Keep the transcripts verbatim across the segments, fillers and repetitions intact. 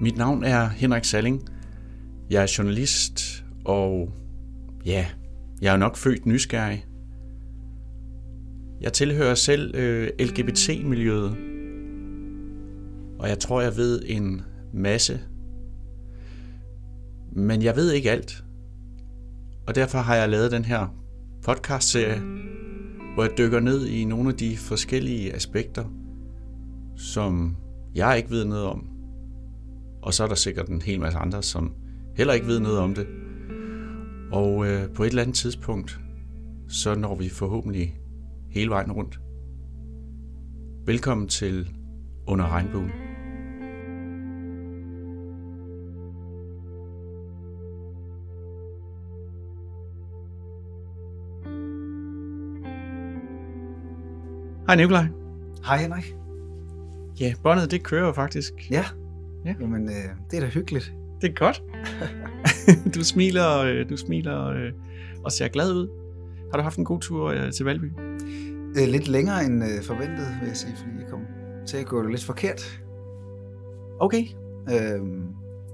Mit navn er Henrik Salling. Jeg er journalist, og ja, jeg er nok født nysgerrig. Jeg tilhører selv øh, L G B T-miljøet, og jeg tror, jeg ved en masse. Men jeg ved ikke alt. Og derfor har jeg lavet den her podcast-serie, hvor jeg dykker ned i nogle af de forskellige aspekter, som jeg ikke ved noget om. Og så er der sikkert en hel masse andre, som heller ikke ved noget om det. Og øh, på et eller andet tidspunkt, så når vi forhåbentlig hele vejen rundt. Velkommen til Under Regnbuen. Hej Nikolaj. Hej Henrik. Ja, båndet det kører jo faktisk. Ja, ja. Jamen øh, det er da hyggeligt. Det er godt. du smiler, du smiler øh, og ser glad ud. Har du haft en god tur øh, til Valby? Øh, lidt længere end øh, forventet, vil jeg sige, fordi jeg kom til at gå det lidt forkert. Okay. Øhm,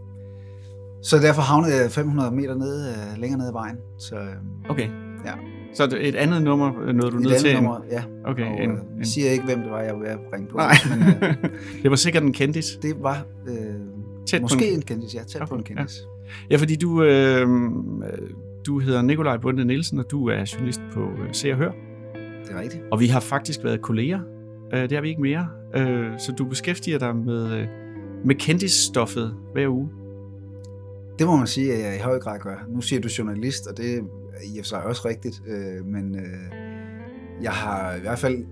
så derfor havnede jeg fem hundrede meter nede, øh, længere nede ad vejen. Så, øh, okay. Ja. Så et andet nummer nåede du et ned til? Et andet nummer, ja. Okay. Og, en, øh, en... Jeg siger ikke, hvem det var, jeg var ved at ringe på. Nej. Men, øh, det var sikkert en kendis. Det var øh, tæt måske en... en kendis, ja. Tæt okay, på en kendis. Ja, ja fordi du, øh, du hedder Nikolaj Bonde Nielsen, og du er journalist på øh, Se og Hør. Det er rigtigt. Og vi har faktisk været kolleger. Øh, det har vi ikke mere. Øh, så du beskæftiger dig med, øh, med kendisstoffet hver uge. Det må man sige, at jeg i høj grad gør. Nu siger du journalist, og det er i og for sig også rigtigt, øh, men øh, jeg har i hvert fald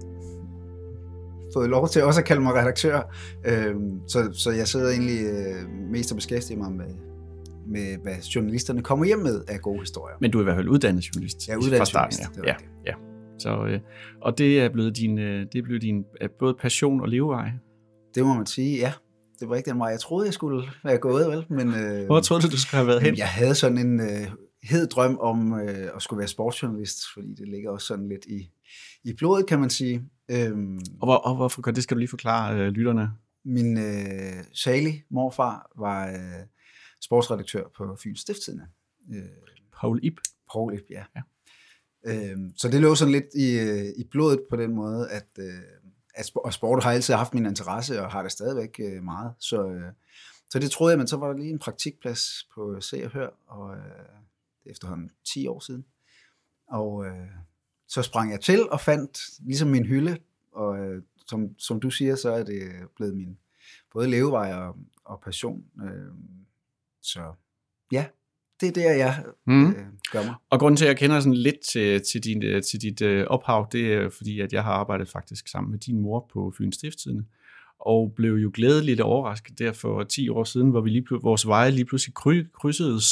fået lov til også at kalde mig redaktør, øh, så, så jeg sidder egentlig øh, mest og beskæftiger mig med, med, hvad journalisterne kommer hjem med af gode historier. Men du er i hvert fald uddannet journalist. Jeg er uddannet journalist, ja. det er ja, ja. Så, øh, og det er blevet din, øh, det er blevet din øh, både passion og levevej. Det må man sige, ja. Det var ikke den vej, jeg troede, jeg skulle være gået, vel? Men, øh, hvor troede du, du skulle have været hen? Jeg havde sådan en øh, hed drøm om øh, at skulle være sportsjournalist, fordi det ligger også sådan lidt i, i blodet, kan man sige. Øhm, og, hvor, og hvorfor? Det skal du lige forklare øh, lytterne. Min øh, salig morfar var øh, sportsredaktør på Fyns Stiftstidende. Øh, Poul Ib. Poul Ib, ja. ja. Øhm, så det lå sådan lidt i, i blodet på den måde, at øh, at og sport har altid haft min interesse, og har det stadigvæk øh, meget. Så, øh, så det troede jeg, men så var der lige en praktikplads på Se og Hør, og øh, det er efterhånden ti år siden. Og øh, så sprang jeg til og fandt ligesom min hylde, og øh, som, som du siger, så er det blevet min både levevej og, og passion. Øh, så ja, det er der, jeg mm. øh, gør mig. Og grunden til, at jeg kender sådan lidt til, til, din, til dit øh, ophav, det er fordi, at jeg har arbejdet faktisk sammen med din mor på Fyns Stiftstidende, og blev jo glædeligt overrasket der for ti år siden, hvor vi lige, vores veje lige pludselig kry, krydsedes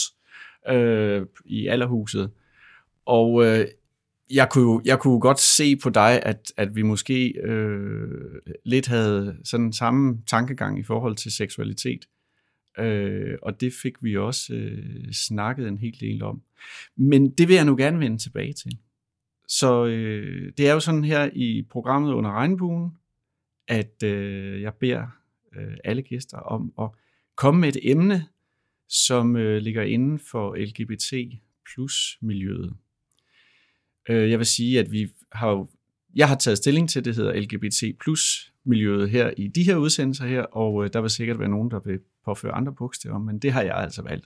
øh, i Allerhuset. Og øh, jeg, kunne, jeg kunne godt se på dig, at, at vi måske øh, lidt havde sådan samme tankegang i forhold til seksualitet. Øh, og det fik vi også øh, snakket en hel del om. Men det vil jeg nu gerne vende tilbage til. Så øh, det er jo sådan her i programmet Under Regnbuen, at øh, jeg beder øh, alle gæster om at komme med et emne, som øh, ligger inden for L G B T plus miljøet. Øh, jeg vil sige, at vi har jo, jeg har taget stilling til, det hedder L G B T plus miljøet her i de her udsendelser her, og øh, der vil sikkert være nogen, der vil påføre andre bogstaver, men det har jeg altså valgt.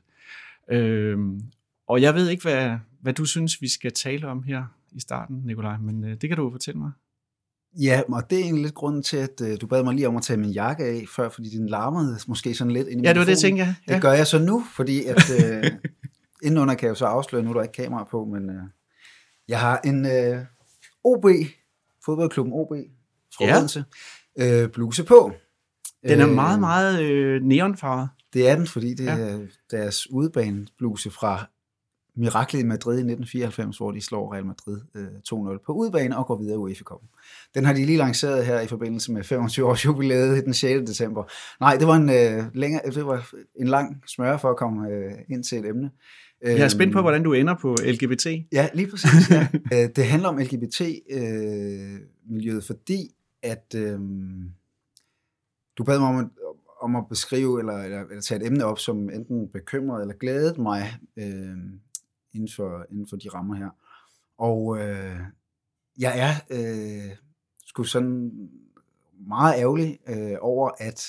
Øhm, og jeg ved ikke, hvad, hvad du synes, vi skal tale om her i starten, Nikolaj, men øh, det kan du jo fortælle mig. Ja, og det er egentlig lidt grunden til, at øh, du bad mig lige om at tage min jakke af før, fordi den larmede måske sådan lidt ind i Ja, det var det, jeg tænkte, ja. Det gør jeg så nu, fordi at øh, indenunder kan jeg jo så afsløre, nu er der ikke kamera på, men øh, jeg har en øh, O B, fodboldklubben O B, fra Odense, ja. øh, bluse på. Den er meget, meget øh, neonfarvet. Det er den, fordi det er ja. deres udebanebluse fra Miraklet i Madrid i nitten fireoghalvfems, hvor de slår Real Madrid øh, to nul på udebane og går videre i UEFA-cupen. Den har de lige lanceret her i forbindelse med femogtyve års jubilæet den sjette december. Nej, det var en, øh, længere, det var en lang smøre for at komme øh, ind til et emne. Jeg er spændt på, hvordan du ender på L G B T. Ja, lige præcis. Ja. Det handler om L G B T-miljøet, øh, fordi at øh, du bad mig om, om at beskrive eller, eller, eller tage et emne op, som enten bekymrede eller glædede mig øh, inden, for, inden for de rammer her. Og øh, jeg er øh, sgu sådan meget ærgerlig øh, over, at,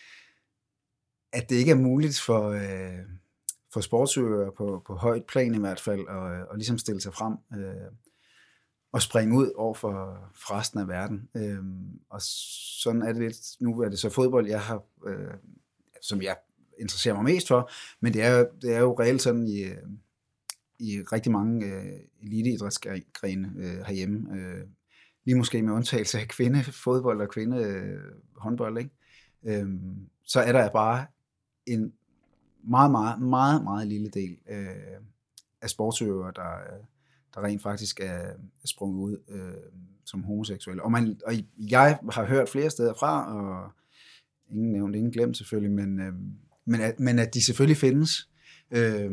at det ikke er muligt for, øh, for sportsøgere på, på højt plan i hvert fald, at, at ligesom stille sig frem øh, og springe ud over for, for resten af verden. Øh, og sådan er det lidt. Nu er det så fodbold, jeg har, øh, som jeg interesserer mig mest for, men det er, det er jo reelt sådan i, i rigtig mange øh, eliteidrætsgrene øh, herhjemme. Øh, lige måske med undtagelse af kvindefodbold og kvindehåndbold, ikke? Øh, så er der bare en meget, meget, meget, meget lille del øh, af sportsøvere, der, der rent faktisk er, er sprunget ud øh, som homoseksuelle. Og, man, og jeg har hørt flere steder fra, og ingen nævnt, ingen glemt selvfølgelig, men, øh, men, at, men at de selvfølgelig findes. Øh,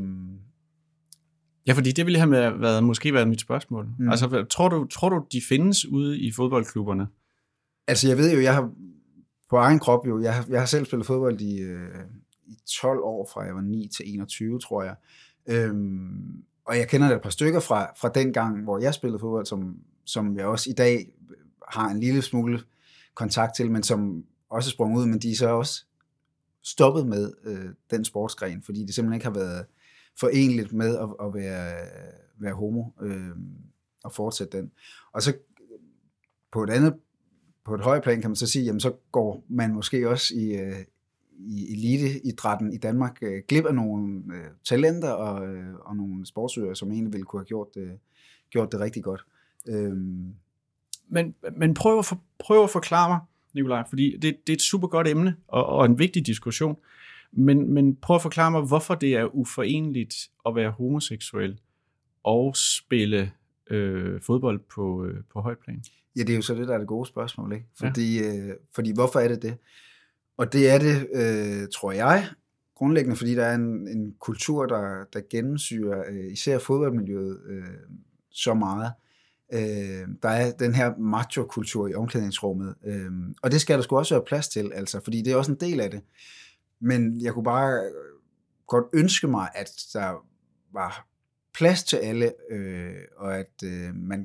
Ja, fordi det ville have været, måske været mit spørgsmål. Mm. Altså, tror du, tror du, de findes ude i fodboldklubberne? Altså, jeg ved jo, jeg har på egen krop jo, jeg har, jeg har selv spillet fodbold i, øh, i tolv år, fra jeg var ni til enogtyve, tror jeg. Øhm, og jeg kender et par stykker fra, fra den gang, hvor jeg spillede fodbold, som, som jeg også i dag har en lille smule kontakt til, men som også er sprunget ud, men de er så også stoppet med øh, den sportsgren, fordi det simpelthen ikke har været forenligt med at, at være, være homo øh, og fortsætte den. Og så på et andet, på et højere plan kan man så sige, jamen så går man måske også i, øh, i eliteidrætten i Danmark øh, glip af nogle øh, talenter og, øh, og nogle sportsøgere, som egentlig ville kunne have gjort det, gjort det rigtig godt. Øh. Men, men prøv, at for, prøv at forklare mig, Nikolaj, fordi det, det er et super godt emne og, og en vigtig diskussion. Men, men prøv at forklare mig, hvorfor det er uforenligt at være homoseksuel og spille øh, fodbold på, øh, på højt plan. Ja, det er jo så det, der er det gode spørgsmål, ikke? Fordi, ja. øh, fordi hvorfor er det det? Og det er det, øh, tror jeg, grundlæggende, fordi der er en, en kultur, der, der gennemsyrer øh, især fodboldmiljøet øh, så meget. Øh, der er den her macho-kultur i omklædningsrummet, øh, og det skal der sgu også være plads til, altså, fordi det er også en del af det. Men jeg kunne bare godt ønske mig, at der var plads til alle, øh, og at øh, man,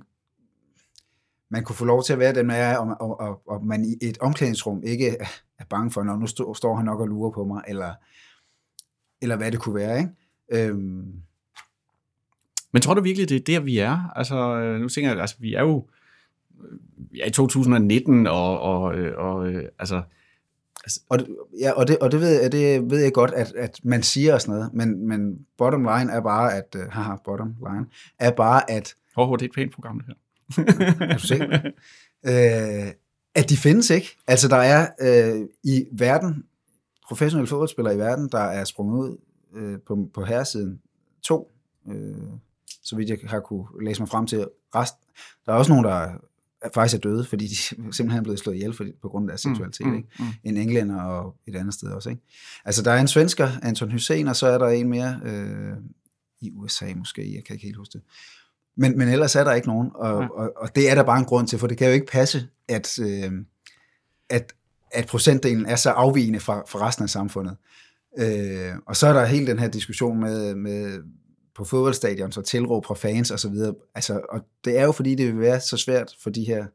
man kunne få lov til at være den, man er, og, og, og, og man i et omklædningsrum ikke er bange for, når nu stå, står han nok og lurer på mig, eller, eller hvad det kunne være, ikke? Øhm. Men tror du virkelig, det er der, vi er? Altså, nu tænker jeg, altså, vi er jo vi er i to tusind nitten, og, og, og altså... Og det, ja, og det, og det, ved, det ved jeg godt, at, at man siger og sådan noget, men, men bottom line er bare, at, uh, haha, bottom line, er bare, at... Åh, oh, det er et pænt program, det her. Er du sikker? øh, at de findes ikke. Altså, der er øh, i verden, professionelle fodboldspillere i verden, der er sprunget ud øh, på, på herresiden to, øh, så vidt jeg har kunne læse mig frem til resten. Der er også nogen, der faktisk er døde, fordi de simpelthen er blevet slået ihjel for, på grund af deres seksualitet. Mm, mm, mm. En englænder og et andet sted også. Ikke? Altså, der er en svensker, Anton Hussein, og så er der en mere øh, i U S A måske, jeg kan ikke helt huske det. Men, men ellers er der ikke nogen, og, ja. og, og det er der bare en grund til, for det kan jo ikke passe, at, øh, at, at procentdelen er så afvigende fra, fra resten af samfundet. Øh, og så er der hele den her diskussion med, med på fodboldstadion, så tilråb fra fans og så videre. Altså, og det er jo fordi, det vil være så svært for de her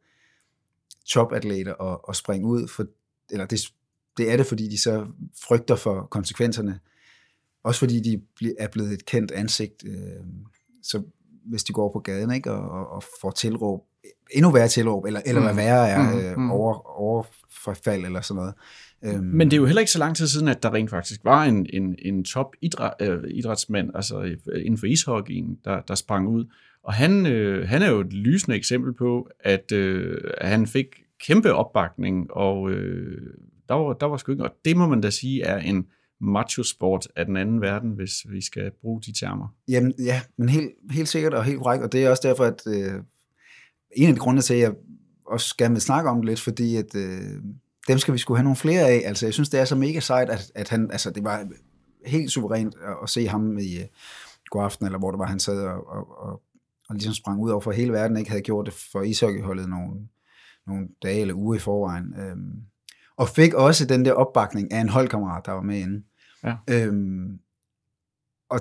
topatleter at, at springe ud, for, eller det, det er det, fordi de så frygter for konsekvenserne. Også fordi de er blevet et kendt ansigt. Øh, så hvis de går på gaden, ikke, og, og får tilråb, endnu værre tilråb, eller, eller mm. hvad værre er, mm. øh, over, overforfald eller sådan noget. Øhm. Men det er jo heller ikke så lang tid siden, at der rent faktisk var en, en, en top idræt, øh, idrætsmand, altså inden for ishockeyen, der, der sprang ud. Og han, øh, han er jo et lysende eksempel på, at, øh, at han fik kæmpe opbakning, og øh, der, var, der var sgu ikke, og det må man da sige er en macho-sport af den anden verden, hvis vi skal bruge de termer. Jamen ja, men helt, helt sikkert og helt korrekt, og det er også derfor, at øh, en af de grunde til, at jeg også gerne vil snakke om det lidt, fordi at øh, dem skal vi skulle have nogle flere af. Altså jeg synes, det er så mega sejt, at, at han, altså det var helt suverænt at, at se ham i uh, God Aften, eller hvor det var, han sad og, og, og, og ligesom sprang ud over for hele verden, ikke havde gjort det for ishockeyholdet nogle, nogle dage eller uger i forvejen. Øhm, og fik også den der opbakning af en holdkammerat, der var med inde. Ja. Øhm, og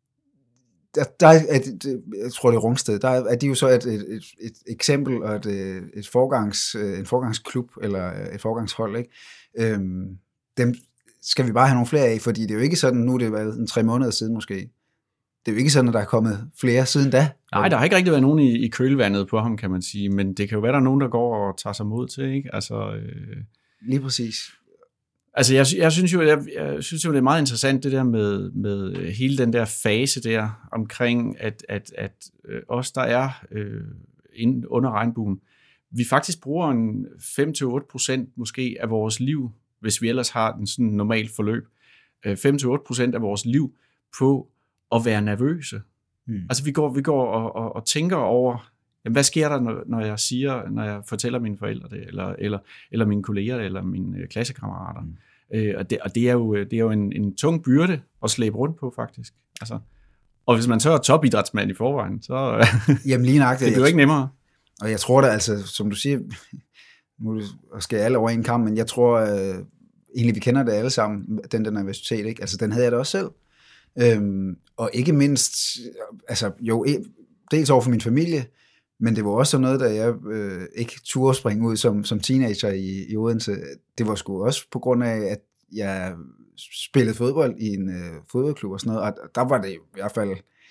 der, der er, det, jeg tror det er Rungsted, der er de jo så et, et, et, et eksempel og et, et forgangs, en forgangsklub, eller et forgangshold, ikke? Øhm, dem skal vi bare have nogle flere af, fordi det er jo ikke sådan, nu er det været en tre måneder siden måske, det er jo ikke sådan, at der er kommet flere siden da. Nej, der har ikke rigtig været nogen i, i kølvandet på ham, kan man sige, men det kan jo være, der er nogen, der går og tager sig mod til, ikke? Altså, øh... Lige præcis. Altså, jeg, jeg, synes jo, jeg, jeg synes jo, det er meget interessant, det der med, med hele den der fase der, omkring, at, at, at øh, os, der er øh, inde under regnbuen, vi faktisk bruger en fem til otte procent måske af vores liv, hvis vi ellers har den sådan normal forløb, øh, fem til otte procent af vores liv på at være nervøse. Mm. Altså, vi går, vi går og, og, og tænker over, jamen, hvad sker der, når, når jeg siger, når jeg fortæller mine forældre det, eller, eller, eller mine kolleger, eller mine klassekammerater. Mm. Øh, og det, og det er jo, det er jo en, en tung byrde at slæbe rundt på, faktisk. Altså, og hvis man så er topidrætsmand i forvejen, så jamen, lige nøjagtigt, det bliver jo ikke nemmere. Og jeg tror da, altså, som du siger, nu skal alle over en kamp, men jeg tror øh, egentlig, vi kender det alle sammen, den der nervøsitet, ikke? Altså, den havde jeg da også selv. Øhm, og ikke mindst, altså, jo, dels over for min familie, men det var også sådan noget, da jeg øh, ikke turde springe ud som, som teenager i, i Odense. Det var sgu også på grund af, at jeg spillede fodbold i en øh, fodboldklub og sådan noget, og der var det i hvert fald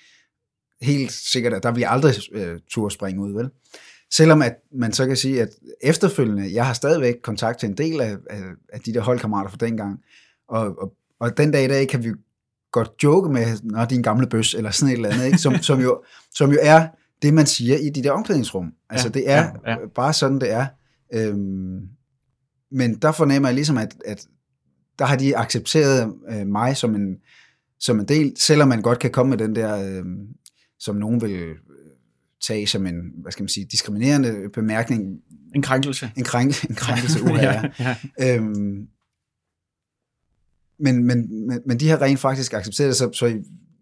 helt sikkert, at der ville jeg aldrig øh, turde springe ud, vel? Selvom at man så kan sige, at efterfølgende, jeg har stadigvæk kontakt til en del af, af, af de der holdkammerater fra dengang, og, og, og den dag i dag kan vi godt joke med, når de er en gamle bøs, eller sådan et eller andet, ikke? Som, som, jo, som jo er det, man siger i de der omklædningsrum. Altså, ja, det er ja, ja. bare sådan, det er. Øhm, men der fornemmer jeg ligesom, at, at der har de accepteret øh, mig som en, som en del, selvom man godt kan komme med den der, øh, som nogen vil tage som en, hvad skal man sige, diskriminerende bemærkning. En krænkelse. En, krænk, en krænkelse, uha, ja. ja. Øhm, men, men, men, men de har rent faktisk accepteret det, så, så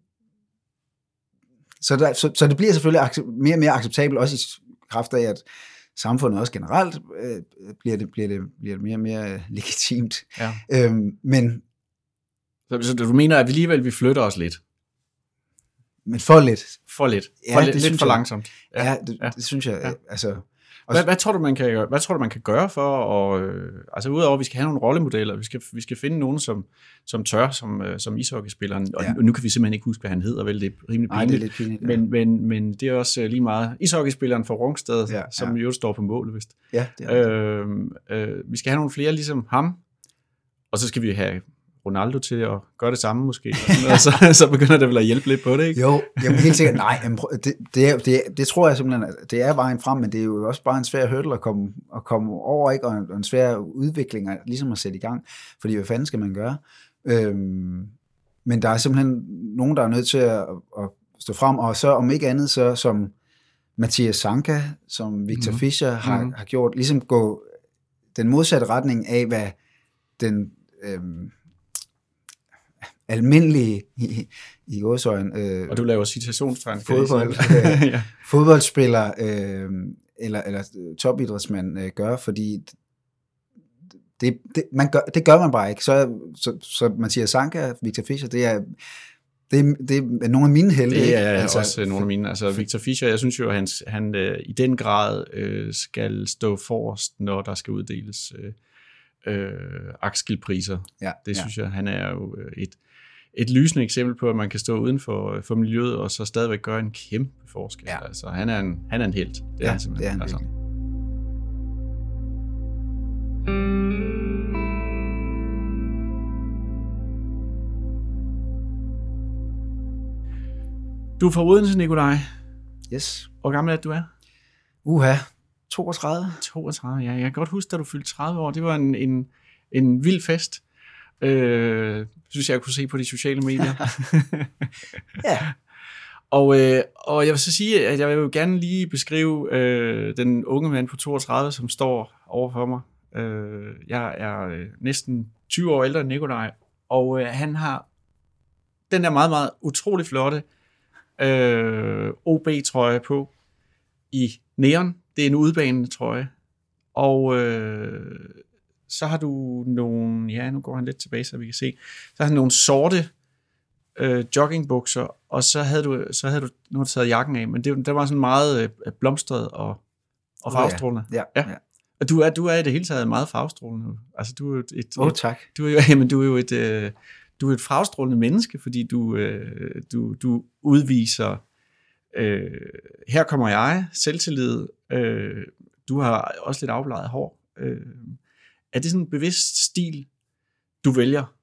Så, der, så, så det bliver selvfølgelig mere og mere acceptabelt, også i kraft af, at samfundet også generelt øh, bliver, det, bliver, det, bliver det mere og mere legitimt. Ja. Øhm, men så, så du mener, at vi alligevel vi flytter os lidt? Men for lidt. For lidt. Ja, for det lidt, lidt for langsomt. Ja, ja, det, ja. det synes jeg. Ja. Altså, hvad, hvad, tror du, man kan, hvad tror du, man kan gøre for at... Øh, altså udover, at vi skal have nogle rollemodeller, vi skal, vi skal finde nogen, som, som tør, som, øh, som ishockeyspilleren. Og ja. nu kan vi simpelthen ikke huske, hvad han hedder, vel? Det er rimelig pinligt. det er lidt pinligt, ja. men, men, men det er også øh, lige meget ishockeyspilleren fra Rungsted, ja, ja. som jo står på mål, vist. Ja, det er øh, øh, vi skal have nogle flere ligesom ham, og så skal vi have Ronaldo til at gøre det samme måske, og så, så begynder det vel at hjælpe lidt på det, ikke? Jo, jamen helt sikkert, nej, det, det, er, det, det tror jeg simpelthen, det er vejen frem, men det er jo også bare en svær hurdle at komme, at komme over, ikke? Og en, og en svær udvikling, ligesom at sætte i gang, fordi hvad fanden skal man gøre? Øhm, men der er simpelthen nogen, der er nødt til at, at stå frem, og så om ikke andet, så som Mathias Sanka, som Victor mm-hmm. Fischer har, mm-hmm. har gjort, ligesom gå den modsatte retning af, hvad den... Øhm, almindelige i, i gåsøjne øh, og du laver citationstegn fodbold, øh, ja. fodboldspiller øh, eller, eller topidrætsmand øh, gør, fordi det, det, man gør, det gør man bare ikke. Så, så, så Mathias Sanka, Victor Fischer, det er det, det er nogle af mine helte. Det er altså, også nogle af mine. Altså Victor Fischer, jeg synes jo, at han, han øh, i den grad øh, skal stå forrest, når der skal uddeles øh, øh, Axel-priser. Ja, det ja. synes jeg, han er jo et et lysende eksempel på, at man kan stå uden for, for miljøet, og så stadigvæk gøre en kæmpe forskel. Ja. Altså, han er en, han er en helt. Det ja, er han simpelthen. Det er han altså. Du er fra Odense, Nikolaj. Yes. Hvor gammel er du er? Uha, toogtredive. toogtredive, ja. Jeg kan godt huske, da du fyldte tredive år. Det var en, en, en vild fest. Øh, synes jeg, jeg kunne se på de sociale medier. Ja. Og, øh, og jeg vil så sige, at jeg vil jo gerne lige beskrive øh, den unge mand på toogtredive, som står overfor mig. Øh, jeg er øh, næsten tyve år ældre end Nikolaj, og øh, han har den der meget, meget utrolig flotte øh, O B-trøje på i neon. Det er en udbanetrøje. Og øh, så har du nogle, ja, nu går han lidt tilbage, så vi kan se, så har han nogle sorte øh, joggingbukser, og så havde du, så havde du, nu har du taget jakken af, men det, det var sådan meget øh, blomstret og, og farvestrålende. Ja, ja. ja. Og du er, du er i det hele taget meget farvestrålende. Altså, du er et, et, oh, tak. Du er jo, jamen, du er jo et, øh, du er et farvestrålende menneske, fordi du, øh, du, du udviser, øh, her kommer jeg, selvtillid, øh, du har også lidt afbladet hår. Øh, er det sådan en bevidst stil, du vælger?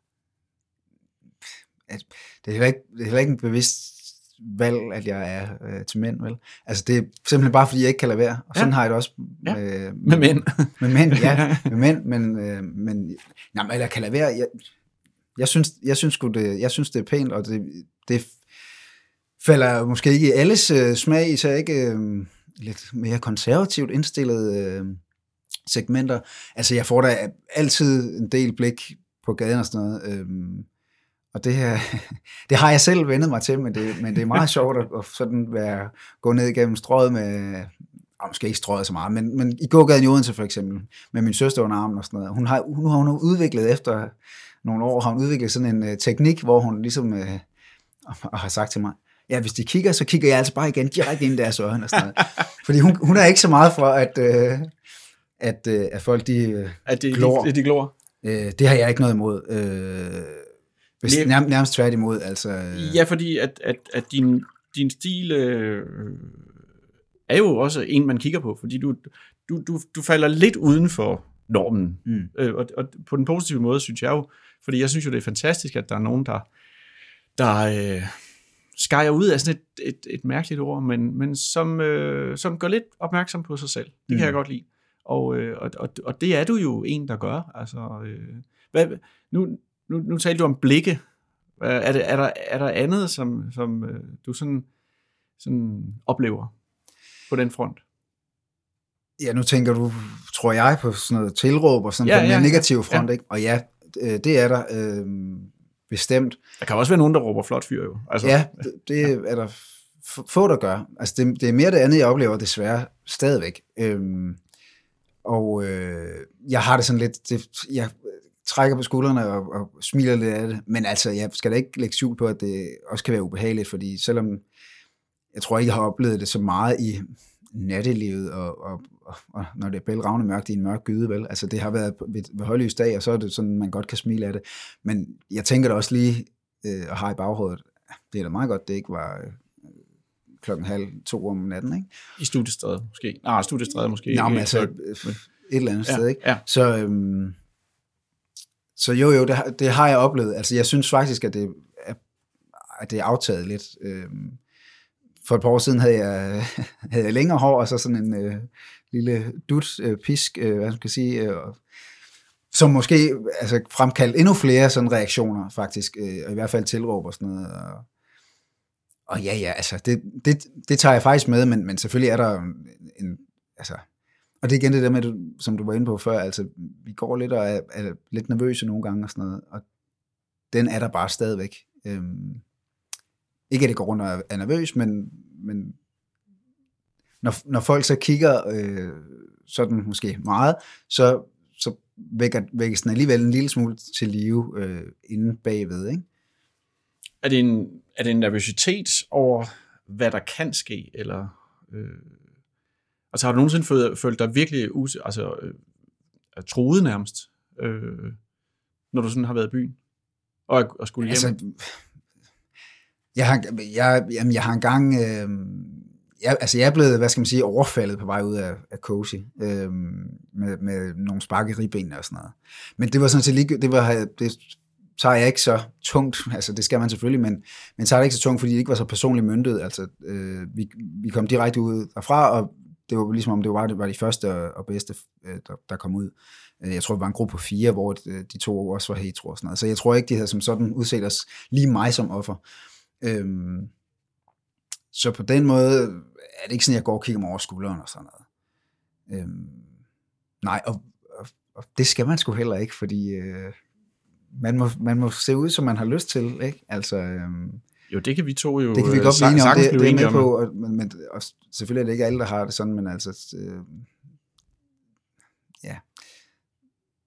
Det er heller ikke, det er heller ikke en bevidst valg, at jeg er øh, til mænd, vel? Altså, det er simpelthen bare, fordi jeg ikke kan lade være. Og sådan ja. har jeg det også ja. med, med mænd. Med mænd, ja. Med mænd, men, øh, men nej, eller kan lade være. Jeg, jeg, synes, jeg, synes, det, jeg synes, det er pænt, og det, det falder måske ikke i alles øh, smag, især ikke øh, lidt mere konservativt indstillede øh, segmenter. Altså, jeg får da altid en del blik på gaden og sådan noget, øh, og det her, det har jeg selv vendet mig til, men det, men det er meget sjovt at, at sådan være, gå ned igennem strøget med, og måske ikke strøget så meget, men, men i gågaden i Odense for eksempel, med min søster under armen og sådan noget. Hun har, nu har hun udviklet, efter nogle år, har hun udviklet sådan en uh, teknik, hvor hun ligesom uh, og har sagt til mig, ja, hvis de kigger, så kigger jeg altså bare igen direkte ind i deres øjne og sådan noget. Fordi hun, hun er ikke så meget for, at, uh, at, uh, at folk de uh, at det, glor. De, de glor. Uh, det har jeg ikke noget imod. Uh, Hvis, nærmest, nærmest tværtimod, altså... Øh... Ja, fordi at, at, at din, din stil øh, er jo også en, man kigger på, fordi du, du, du, du falder lidt uden for normen. Mm. Øh, og, og på den positive måde, synes jeg jo, fordi jeg synes jo, det er fantastisk, at der er nogen, der, der øh, skærer ud af sådan et, et, et mærkeligt ord, men, men som, øh, som gør lidt opmærksom på sig selv. Det mm. kan jeg godt lide. Og, øh, og, og, og det er du jo en, der gør. Altså, øh, hvad, nu... Nu, nu talte du om blikke. Er, det, er, der, er der andet, som, som øh, du sådan, sådan oplever på den front? Ja, nu tænker du, tror jeg, på sådan noget tilråb og sådan ja, på den ja, negative front, ja. Ikke? Og ja, det er der øh, bestemt. Der kan også være nogen, der råber flot fyr jo. Altså, ja, det, det ja. er der få, der gør. Altså, det, det er mere det andet, jeg oplever desværre stadigvæk. Øhm, og øh, jeg har det sådan lidt... Det, jeg, trækker på skuldrene og, og smiler lidt af det. Men altså, jeg skal da ikke lægge skjul på, at det også kan være ubehageligt, fordi selvom jeg tror ikke, jeg har oplevet det så meget i nattelivet, og, og, og, og når det er bælragende mørkt i en mørk gyde, vel? Altså, det har været ved, ved højlys dag, og så er det sådan, man godt kan smile af det. Men jeg tænker da også lige, øh, og har i baghovedet, det er da meget godt, det ikke var øh, klokken halv to om natten, ikke? I Studiestræde måske. Nej, Studiestræde måske. Nå, men altså, et eller andet ja, sted, ikke? Ja. Så... Øhm, Så jo, jo, det, det har jeg oplevet. Altså, jeg synes faktisk, at det er, at det er aftaget lidt. For et par år siden havde jeg, havde jeg længere hår, og så sådan en øh, lille dut, øh, pisk, øh, hvad skal jeg sige, øh, som måske altså, fremkaldte endnu flere sådan reaktioner, faktisk, øh, og i hvert fald tilråb og sådan noget. Og, og ja, ja, altså, det, det, det tager jeg faktisk med, men, men selvfølgelig er der en, en altså... Og det er igen det der med, som du var inde på før, altså vi går lidt og er, er lidt nervøse nogle gange og sådan noget, og den er der bare stadigvæk. Øhm, ikke at det går rundt og er nervøs, men, men når, når folk så kigger øh, sådan måske meget, så, så vækker, vækkes den alligevel en lille smule til live øh, inde bagved, ikke? Er det en, er det en nervøsitet over, hvad der kan ske, eller... Øh Altså har du nogensinde følt, følt dig virkelig us- altså, øh, truet nærmest, øh, når du sådan har været i byen og, og skulle hjem? Altså, jeg har, jeg, jamen, jeg har engang, øh, jeg, altså jeg er blevet, hvad skal man sige, overfaldet på vej ud af, af Cozy, øh, med, med nogle spark i ribbenene og sådan noget. Men det var sådan set lige, det var, det tager jeg ikke så tungt, altså det skal man selvfølgelig, men, men tager det ikke så tungt, fordi det ikke var så personligt møntet, altså øh, vi, vi kom direkte ud derfra, og det var ligesom om det var, det var de første og bedste, der, der kom ud. Jeg tror, det var en gruppe på fire, hvor de to også var hetero og sådan noget. Så jeg tror ikke, de havde som sådan udset os lige mig som offer. Øhm, så på den måde er det ikke sådan, at jeg går og kigger mig over skulderen og sådan noget. Øhm, nej, og, og, og det skal man sgu heller ikke, fordi øh, man, må, man må se ud, som man har lyst til, ikke? Altså... Øhm, Jo, det kan vi to jo det kan vi godt blive enige om, det, det er med på, og, men, men, og selvfølgelig er det ikke alle, der har det sådan, men altså, øh, ja.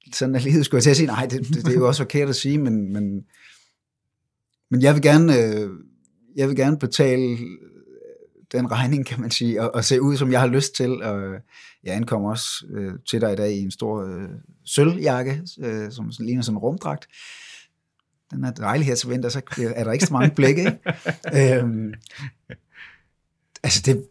sådan er livet, skulle jeg til at sige. Nej, det, det, det er jo også forkert at sige, men, men, men jeg vil gerne, øh, jeg vil gerne betale den regning, kan man sige, og, og se ud, som jeg har lyst til. Og jeg ankommer også øh, til dig i dag i en stor øh, sølvjakke, øh, som ligner sådan en rumdragt. Den er dejlig her til vinter, så er der ikke så mange blikke. Ikke? øhm, altså det...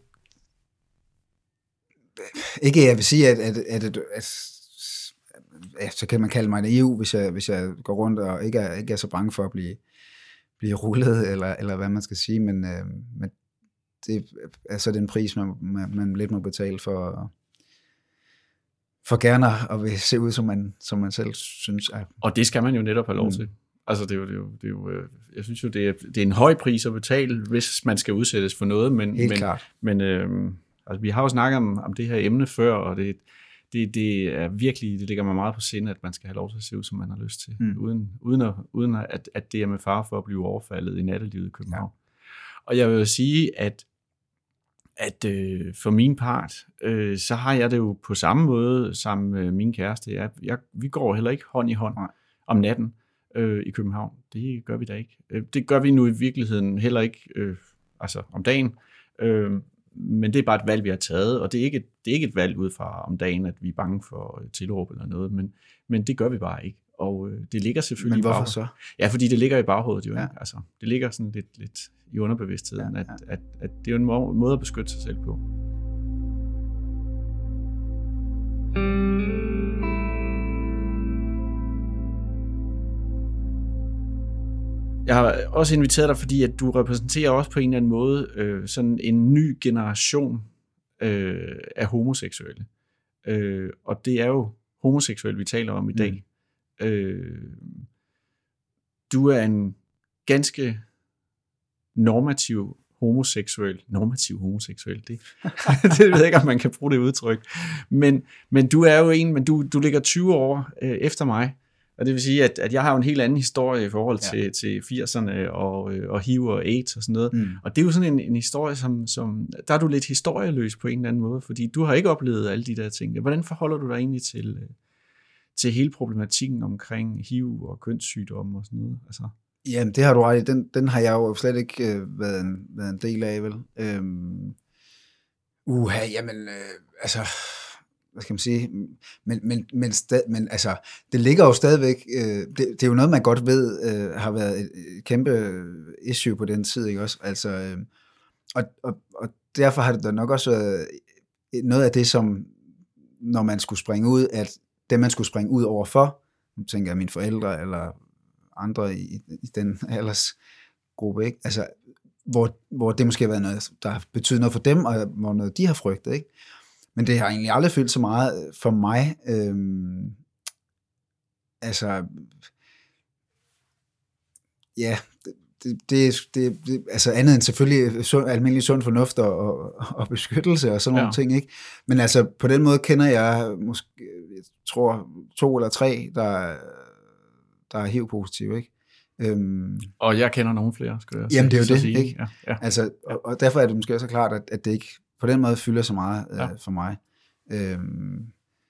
Ikke, jeg vil sige, at, at, at, at, at ja, så kan man kalde mig naiv, hvis jeg, hvis jeg går rundt og ikke er, ikke er så bange for at blive, blive rullet, eller, eller hvad man skal sige, men, øh, men det er så den pris, man, man, man lidt må betale for, for gerne at vil se ud, som man, som man selv synes er. Og det skal man jo netop have lov til. Mm. Altså, det er jo, det er jo, det er jo, jeg synes jo, det er, det er en høj pris at betale, hvis man skal udsættes for noget, men, Helt men, klart. men øh, altså, vi har jo snakket om, om det her emne før, og det, det, det er virkelig, det ligger mig meget på sinde, at man skal have lov til at se ud, som man har lyst til, mm. uden, uden, at, uden at, at det er med fare for at blive overfaldet i nattelivet i København. Ja. Og jeg vil sige, at at øh, for min part, øh, så har jeg det jo på samme måde sammen med min kæreste. Jeg, jeg, vi går heller ikke hånd i hånd Nej. om natten øh, i København. Det gør vi da ikke. Det gør vi nu i virkeligheden heller ikke øh, altså om dagen. Øh, men det er bare et valg, vi har taget, og det er ikke et, det er ikke et valg ud fra om dagen, at vi er bange for tilråb eller noget, men, men det gør vi bare ikke. Og øh, det ligger selvfølgelig men hvorfor i baghovedet. så? Ja, fordi det ligger i baghovedet jo. Ja. Ikke? Altså, det ligger sådan lidt, lidt i underbevidstheden, ja, ja. At, at, at det er jo en måde at beskytte sig selv på. Jeg har også inviteret dig, fordi at du repræsenterer også på en eller anden måde øh, sådan en ny generation øh, af homoseksuelle. Øh, og det er jo homoseksuelle, vi taler om i dag. Mm. Øh, du er en ganske normativ homoseksuel, normativ homoseksuel, det, det ved jeg ikke, om man kan bruge det udtryk, men, men du er jo en, men du, du ligger tyve år øh, efter mig, og det vil sige, at, at jeg har jo en helt anden historie i forhold til, ja. til firserne og, og H I V og AIDS og sådan noget, mm. og det er jo sådan en, en historie, som, som, der er du lidt historieløs på en eller anden måde, fordi du har ikke oplevet alle de der ting. Hvordan forholder du dig egentlig til, til hele problematikken omkring H I V og kønssygdomme og sådan noget? Altså Jamen, det har du ret i. Den, den har jeg jo slet ikke øh, været, en, været en del af, vel? Øhm, uha, jamen, øh, altså, hvad skal man sige? Men, men, men, stad, men altså, det ligger jo stadigvæk, øh, det, det er jo noget, man godt ved, øh, har været et, et kæmpe issue på den tid, ikke også? Altså, øh, og, og, og derfor har det da nok også været noget af det, som, når man skulle springe ud, at det, man skulle springe ud over for, nu tænker jeg mine forældre, eller andre i, i den aldersgruppe, ikke? Altså, hvor, hvor det måske har været noget, der har betydet noget for dem, og hvor noget, de har frygtet, ikke? Men det har egentlig aldrig følt så meget for mig. Øhm, altså, ja, det, det, det, det, altså andet end selvfølgelig sund, almindelig sund fornuft og, og, og beskyttelse og sådan ja. nogle ting, ikke? Men altså, på den måde kender jeg måske, jeg tror, to eller tre, der der er H I V-positiv, ikke? Øhm, og jeg kender nogle flere, skal jeg jamen, det er jo det, sige. Ikke? Ja, ja. Altså, og, og derfor er det måske så klart, at, at det ikke på den måde fylder så meget øh, ja. for mig. Øhm,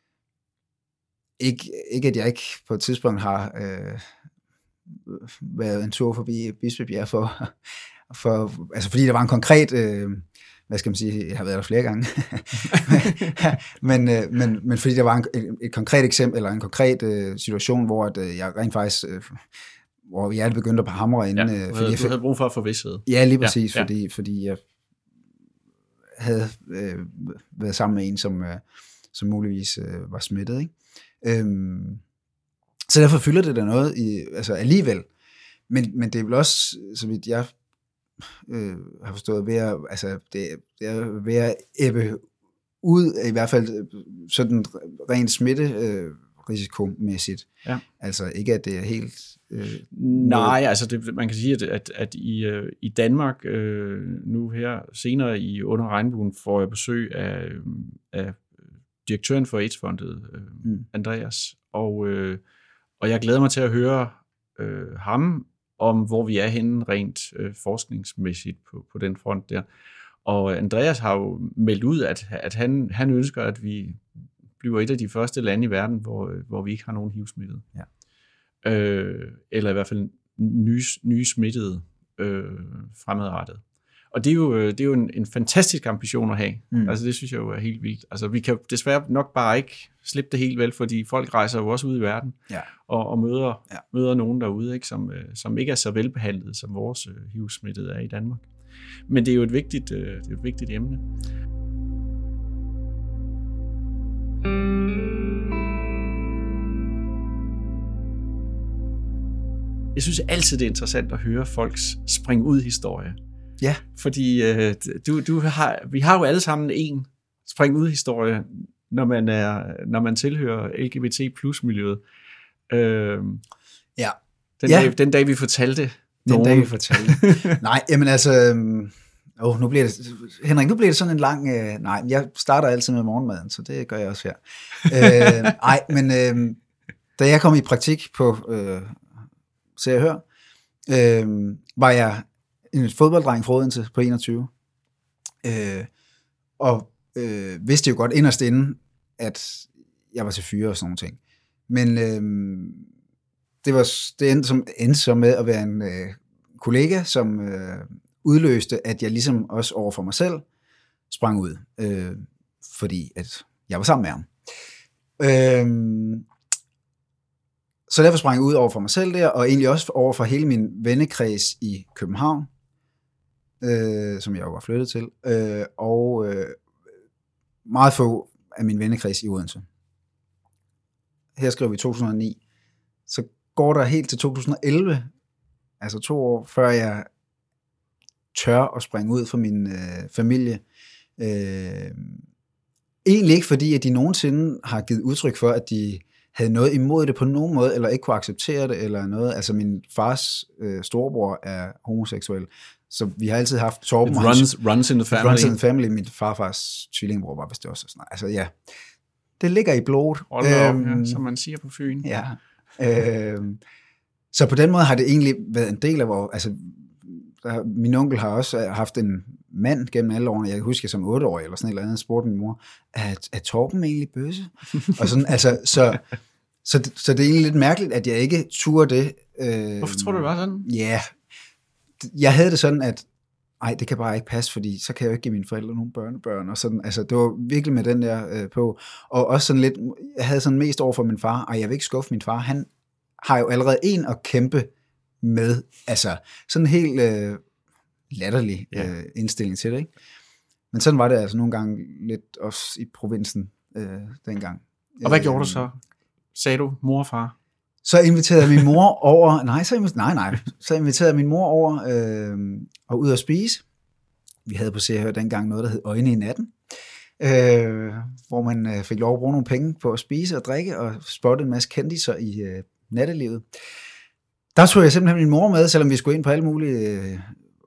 ikke, ikke, at jeg ikke på et tidspunkt har øh, været en tur forbi Bispebjerg for, for, altså fordi der var en konkret, øh, hvad skal man sige, jeg har været der flere gange, men, øh, men, men fordi der var en, et, et konkret eksempel, eller en konkret øh, situation, hvor at, øh, jeg rent faktisk, øh, hvor jeg begyndte at hamre inden. Ja, øh, fordi jeg, du havde brug for at få vidsthed. Ja, lige præcis, ja, ja. Fordi, fordi jeg havde øh, været sammen med en, som, øh, som muligvis øh, var smittet, ikke? Øhm, så derfor fylder det der noget i, altså alligevel. Men, men det er vel også, så vidt jeg øh, har forstået, ved at, altså, det, det er ved at ebbe ud, i hvert fald sådan rent smitte øh, risikomæssigt. Ja. Altså ikke, at det er helt... Øh, Nej, altså det, man kan sige, at, at, at i, øh, i Danmark, øh, nu her senere i Under Regnbuen, får jeg besøg af, af direktøren for AIDS-fondet, øh, mm. Andreas, og, øh, og jeg glæder mig til at høre øh, ham om, hvor vi er henne rent øh, forskningsmæssigt på, på den front der. Og Andreas har jo meldt ud, at, at han, han ønsker, at vi bliver et af de første lande i verden, hvor, hvor vi ikke har nogen H I V-smittede. Ja. Øh, eller i hvert fald nye, nye smittede øh, fremadrettet. Og det er jo, det er jo en, en fantastisk ambition at have. Mm. Altså det synes jeg jo er helt vildt. Altså vi kan desværre nok bare ikke slippe det helt vel, fordi folk rejser jo også ud i verden ja. og, og møder, ja. møder nogen derude, ikke, som, som ikke er så velbehandlet, som vores H I V-smittede er i Danmark. Men det er jo et vigtigt, det er et vigtigt emne. Jeg synes altid, det er interessant at høre folks spring ud historie. Ja. Fordi øh, du, du har, vi har jo alle sammen en spring ud historie, når man, er, når man tilhører L G B T plus miljøet. Øh, ja. Den, ja. Dag, den dag, vi fortalte Den nogen. dag, vi fortalte. Nej, jamen altså... Åh, nu bliver det... Henrik, nu bliver det sådan en lang... Øh, nej, jeg starter altid med morgenmaden, så det gør jeg også her. øh, nej, men øh, da jeg kom i praktik på øh, Se og Hør, øh, var jeg en fodbolddreng fra Odense på enogtyve, øh, og øh, vidste jo godt inderst inde, at jeg var til fyre og sådan nogle ting. Men øh, det, var, det endte, som, endte så med at være en øh, kollega, som øh, udløste, at jeg ligesom også over for mig selv sprang ud, øh, fordi at jeg var sammen med ham. Øh, så derfor sprang jeg ud over for mig selv der, og egentlig også over for hele min vennekreds i København, øh, som jeg jo var flyttet til, øh, og øh, meget få af min vennekreds i Odense. Her skriver vi to tusind og ni. Så går der helt til to tusind og elleve, altså to år før jeg tør at springe ud fra min øh, familie. Øh, egentlig ikke fordi, at de nogensinde har givet udtryk for, at de havde noget imod det på nogen måde, eller ikke kunne acceptere det, eller noget. Altså min fars øh, storebror er homoseksuel, så vi har altid haft Torben. It runs, runs in the family. Runs in the family. Min farfars tvillingbror var vist også sådan. Altså ja, det ligger i blodet. Øhm, ja, som man siger på Fyn. Ja. Øhm, så på den måde har det egentlig været en del af vores... Altså, der, min onkel har også haft en mand gennem alle årene. Jeg husker som otteårig eller sådan et eller andet, spurgte min mor, er, er Torben egentlig bøsse? Og sådan, altså, så, så, så det er egentlig lidt mærkeligt, at jeg ikke turde det. Øh, Hvorfor tror du, det var sådan? Ja, jeg havde det sådan, at ej, det kan bare ikke passe, fordi så kan jeg jo ikke give mine forældre nogle børnebørn, og sådan, altså det var virkelig med den der øh, på, og også sådan lidt, jeg havde sådan mest over for min far, ej, jeg vil ikke skuffe min far, han har jo allerede en at kæmpe med, altså sådan en helt øh, latterlig øh, indstilling til det, ikke? Men sådan var det altså nogle gange lidt også i provinsen øh, dengang. Og hvad øh, gjorde du så? Sagde du mor og far? Så inviterede min mor over, nej, så inviterede, nej, nej, så inviterede min mor over øh, og ud at spise. Vi havde på Se og Hør dengang noget, der hed Øjne i natten, øh, hvor man øh, fik lov at bruge nogle penge på at spise og drikke og spotte en masse kendiser i øh, nattelivet. Der tog jeg simpelthen min mor med, selvom vi skulle ind på alle mulige øh,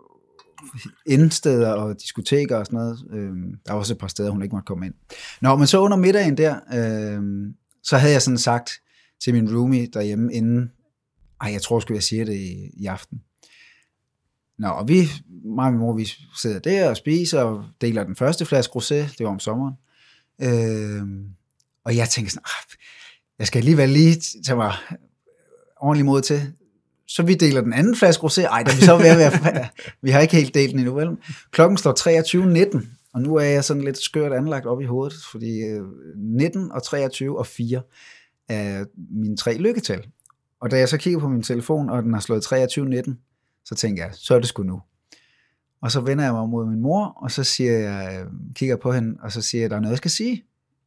indsteder og diskoteker og sådan noget. Øh, der var også et par steder, hun ikke måtte komme ind. Nå, men så under middagen der, øh, så havde jeg sådan sagt til min roomie derhjemme inden, ej, jeg tror sgu, jeg siger det i, i aften. Nå, og vi, mig og min mor, vi sidder der og spiser og deler den første flaske rosé, det var om sommeren. Øh, og jeg tænker sådan, jeg skal alligevel lige tage mig ordentligt mod til. Så vi deler den anden flaske rosé. Ej, der vil så være, være vi har ikke helt delt den endnu, vel? Klokken står treogtyve nitten, og nu er jeg sådan lidt skørt anlagt op i hovedet, fordi nitten og treogtyve og fire er mine tre lykketal. Og da jeg så kigger på min telefon, og den har slået treogtyve nitten, så tænker jeg, så er det sgu nu. Og så vender jeg mig mod min mor, og så siger jeg, kigger på hende, og så siger jeg, der er noget, jeg skal sige.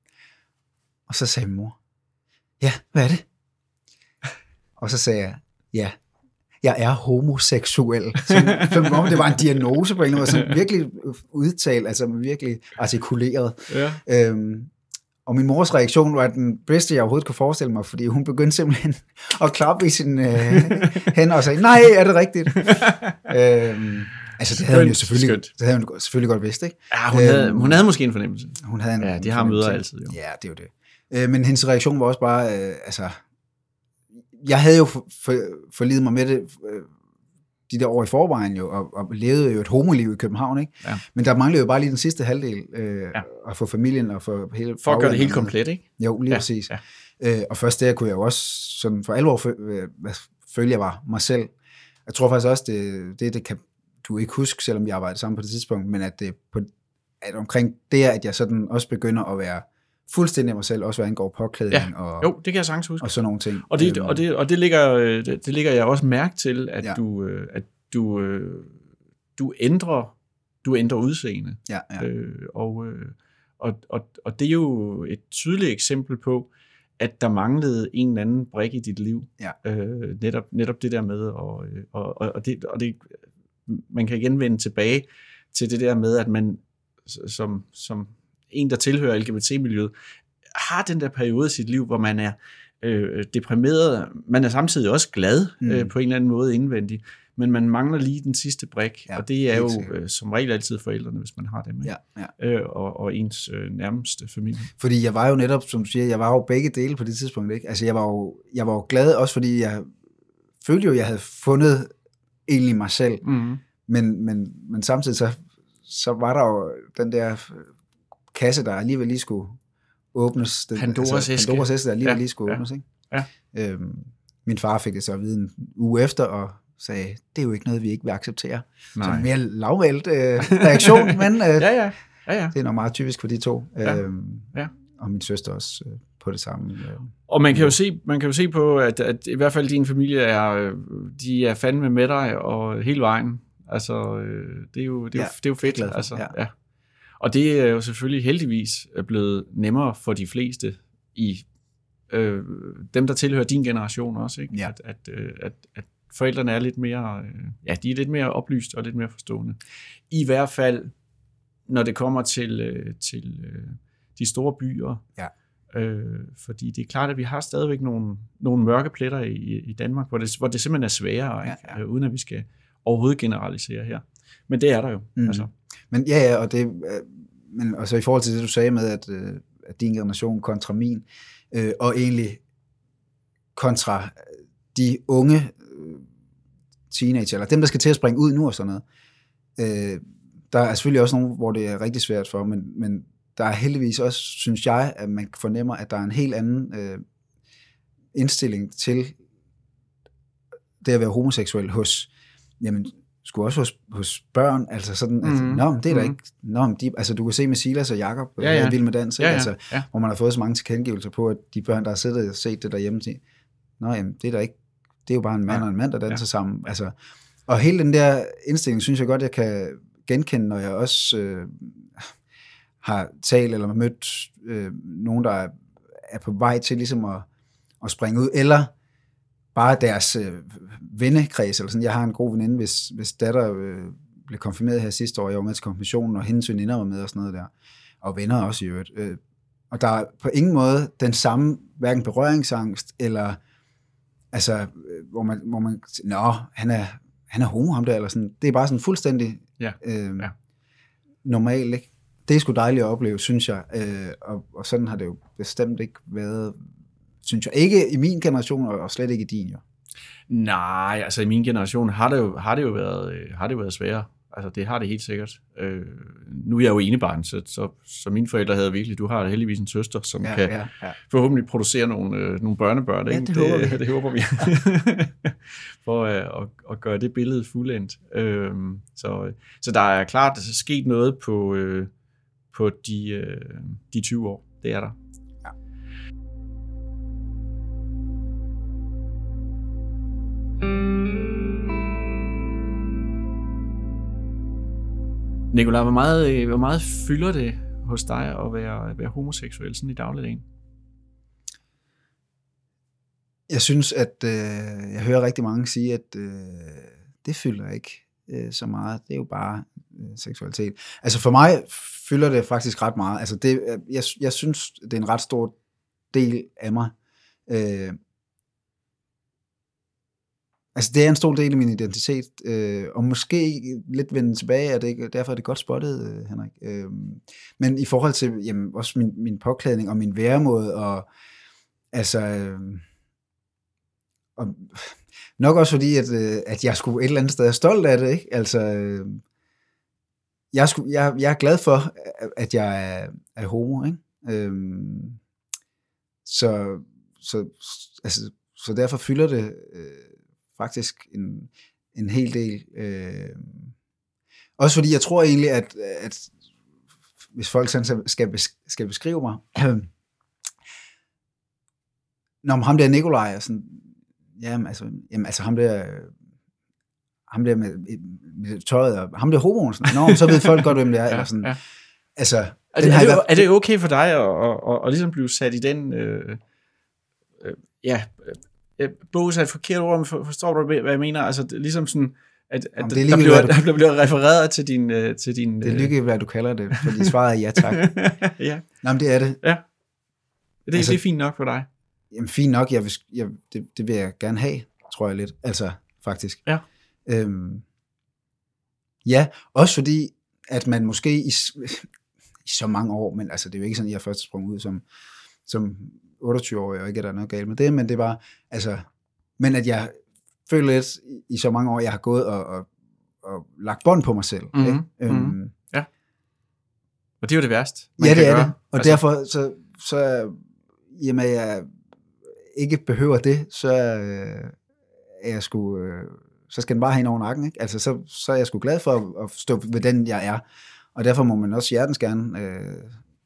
Og så sagde min mor, ja, hvad er det? Og så sagde jeg, ja, jeg er homoseksuel. Som, som om det var en diagnose på en eller anden måde, sådan virkelig udtalt, altså virkelig artikuleret. Ja. Øhm, og min mors reaktion var den bedste, jeg overhovedet kunne forestille mig, fordi hun begyndte simpelthen at klappe i sin øh, hænder og sagde, nej, er det rigtigt? øhm, altså det havde hun jo selvfølgelig, det havde hun selvfølgelig godt vidst, ikke? Ja, hun, øhm, havde, hun havde måske en fornemmelse. Hun havde en ja, de har møder altid, jo. Ja, det er jo det. Øh, men hendes reaktion var også bare, øh, altså, jeg havde jo for, for, forlidet mig med det, øh, de der år i forvejen jo, og, og levede jo et homoliv i København, ikke? Ja. Men der manglede jo bare lige den sidste halvdel, øh, ja. at få familien og få hele... For at gøre det helt komplet, ikke? Jo, lige ja. præcis. Ja. Øh, og først der kunne jeg jo også sådan for alvor føle, føle, jeg var mig selv. Jeg tror faktisk også, det, det, det kan du ikke huske, selvom vi arbejdede sammen på det tidspunkt, men at, det, på, at omkring det, at jeg sådan også begynder at være fuldstændig mig selv, også hvad angår påklædning ja. og, jo, det kan jeg sagtens huske. Og sådan nogle ting. Og det, og det, og det, ligger, det, det ligger jeg også mærke til, at ja. du, at du, du ændrer, du ændrer udseende. Ja, ja. Øh, og, og, og, og det er jo et tydeligt eksempel på, at der manglede en eller anden brik i dit liv. Ja. Øh, netop, netop det der med, og, og, og, det, og det, man kan igen vende tilbage til det der med, at man som, som en, der tilhører L G B T-miljøet, har den der periode i sit liv, hvor man er øh, deprimeret. Man er samtidig også glad mm. øh, på en eller anden måde indvendigt, men man mangler lige den sidste brik, ja, og det er jo øh, som regel altid forældrene, hvis man har dem, ja, ja. Øh, og, og ens øh, nærmeste familie. Fordi jeg var jo netop, som du siger, jeg var jo begge dele på det tidspunkt, ikke? Altså jeg var jo, jeg var jo glad, også fordi jeg følte jo, jeg havde fundet egentlig mig selv, mm. men, men, men samtidig så, så var der jo den der kasse, der alligevel lige skulle åbnes. Den, Pandoras altså, æske. Pandoras æske, der alligevel ja, lige skulle ja, åbnes, ikke? Ja. Øhm, min far fik det så at vide en uge efter, og sagde, det er jo ikke noget, vi ikke vil acceptere. Nej. Så en mere lavmældt øh, reaktion, men øh, ja, ja. Ja, ja. det er nok meget typisk for de to. Ja. Øhm, ja. Og min søster også øh, på det samme. Øh. Og man kan jo se, man kan jo se på, at, at i hvert fald din familie er, de er fandme med dig og hele vejen. Altså, øh, det er jo, det er, ja, det er jo fedt. Altså, ja. Ja. Og det er jo selvfølgelig heldigvis blevet nemmere for de fleste i øh, dem, der tilhører din generation også, ikke? Ja. At, at, at, at forældrene er lidt mere, øh, ja, de er lidt mere oplyst og lidt mere forstående. I hvert fald, når det kommer til, øh, til øh, de store byer. Ja. Øh, fordi det er klart, at vi har stadigvæk nogle, nogle mørke pletter i, i Danmark, hvor det, hvor det simpelthen er sværere, ja, ja, ja. uden at vi skal overhovedet generalisere her. Men det er der jo. Mm. Altså. Men ja, ja, og det, øh, men og så i forhold til det, du sagde med, at, øh, at din generation kontra min, øh, og egentlig kontra de unge øh, teenager, eller dem, der skal til at springe ud nu og sådan noget, øh, der er selvfølgelig også nogle, hvor det er rigtig svært for, men, men der er heldigvis også, synes jeg, at man fornemmer, at der er en helt anden øh, indstilling til det at være homoseksuel hos, jamen, sgu også hos, hos børn, altså sådan, at, mm. nå, det er der mm. ikke, nå, de, altså du kan se med Silas og Jakob, ja, ja. Vild med Dans, ja, ja. Altså, ja. hvor man har fået så mange tilkendegivelser på, at de børn, der har siddet og set det derhjemme, til, nå, jamen, det er der ikke, det er jo bare en mand ja. og en mand, der danser ja. sammen, altså, og hele den der indstilling, synes jeg godt, jeg kan genkende, når jeg også øh, har talt eller mødt øh, nogen, der er, er på vej til ligesom at, at springe ud, eller bare deres øh, vennekreds, eller sådan. Jeg har en god veninde, hvis, hvis datter øh, blev konfirmeret her sidste år, jeg var med til konfirmationen, og hendes veninder var med og sådan noget der, og venner også i øvrigt. Øh, og der er på ingen måde den samme, hverken berøringsangst, eller altså, øh, hvor man, hvor man nå, han er, han er homo, ham der, eller sådan. Det er bare sådan fuldstændig ja. Øh, ja. normalt, ikke? Det er sgu dejligt at opleve, synes jeg, øh, og, og sådan har det jo bestemt ikke været, synes jeg. Ikke i min generation, og slet ikke i din, jo. Nej, altså i min generation har det jo, har det jo, været, har det jo været sværere. Altså det har det helt sikkert. Øh, nu er jeg jo enebarn, så, så, så mine forældre havde virkelig, du har heldigvis en søster, som ja, kan ja, ja. forhåbentlig producere nogle, øh, nogle børnebørn. Ja, ikke? det, det håber vi. Det håber vi. For øh, at, at gøre det billede fuldendt. Øh, så, så der er klart sket noget på, øh, på de, øh, de tyve år. Det er der. Nikolaj, hvor meget, hvor meget fylder det hos dig at være, at være homoseksuel sådan i dagligdagen? Jeg synes, at øh, jeg hører rigtig mange sige, at øh, det fylder ikke øh, så meget. Det er jo bare øh, seksualitet. Altså for mig fylder det faktisk ret meget. Altså det, jeg, jeg synes, det er en ret stor del af mig. Øh, Altså, det er en stor del af min identitet, øh, og måske lidt vende tilbage, og det, derfor er det godt spottet, øh, Henrik. Øh, men i forhold til jamen, også min, min påklædning og min væremåde, og altså, øh, og nok også fordi, at, øh, at jeg skulle et eller andet sted er stolt af det, ikke? Altså, øh, jeg, skulle, jeg, jeg er glad for, at jeg er, er homo, ikke? Øhm, så, så, altså, så derfor fylder det øh, faktisk en, en hel del. Øh, også fordi jeg tror egentlig, at, at hvis folk sådan skal, skal beskrive mig, øh, når ham der Nikolaj, sådan, jamen, altså, jamen, altså ham der, ham der med, med tøjet, og ham der homoen, sådan, nå, så ved folk godt, hvem det er, ja, eller sådan. Ja. Altså, er, det, er, det, er det okay for dig at, at, at, at ligesom blive sat i den, øh, øh, ja, øh, bås er et forkert ord, men for, forstår du, hvad jeg mener? Altså, det, ligesom sådan, at, at der, lige, bliver, du, der bliver refereret til din... Øh, til din det er lykke, hvad du kalder det, fordi svaret er ja tak. Ja. Nå, men det er det. Ja. Det, altså, det er fint nok for dig. Jamen, fint nok, jeg vil, jeg, det, det vil jeg gerne have, tror jeg lidt, altså, faktisk. Ja. Øhm, ja, også fordi, at man måske i, i så mange år, men altså, det er jo ikke sådan, at jeg først sprang ud som, som otteogtyve-årig, og ikke er der noget galt med det, men det var, altså, men at jeg føler lidt i så mange år, jeg har gået og, og, og lagt bånd på mig selv. Mm-hmm. Ikke? Øhm, mm-hmm. Ja. Og det er jo det værste. Ja, det er gøre. det. Og altså, derfor, så, så jamen, jeg ikke behøver det, så øh, er jeg sgu, øh, så skal den bare have en over nakken, ikke? Altså, så, så er jeg sgu glad for at, at stå ved den, jeg er. Og derfor må man også hjertens gerne øh,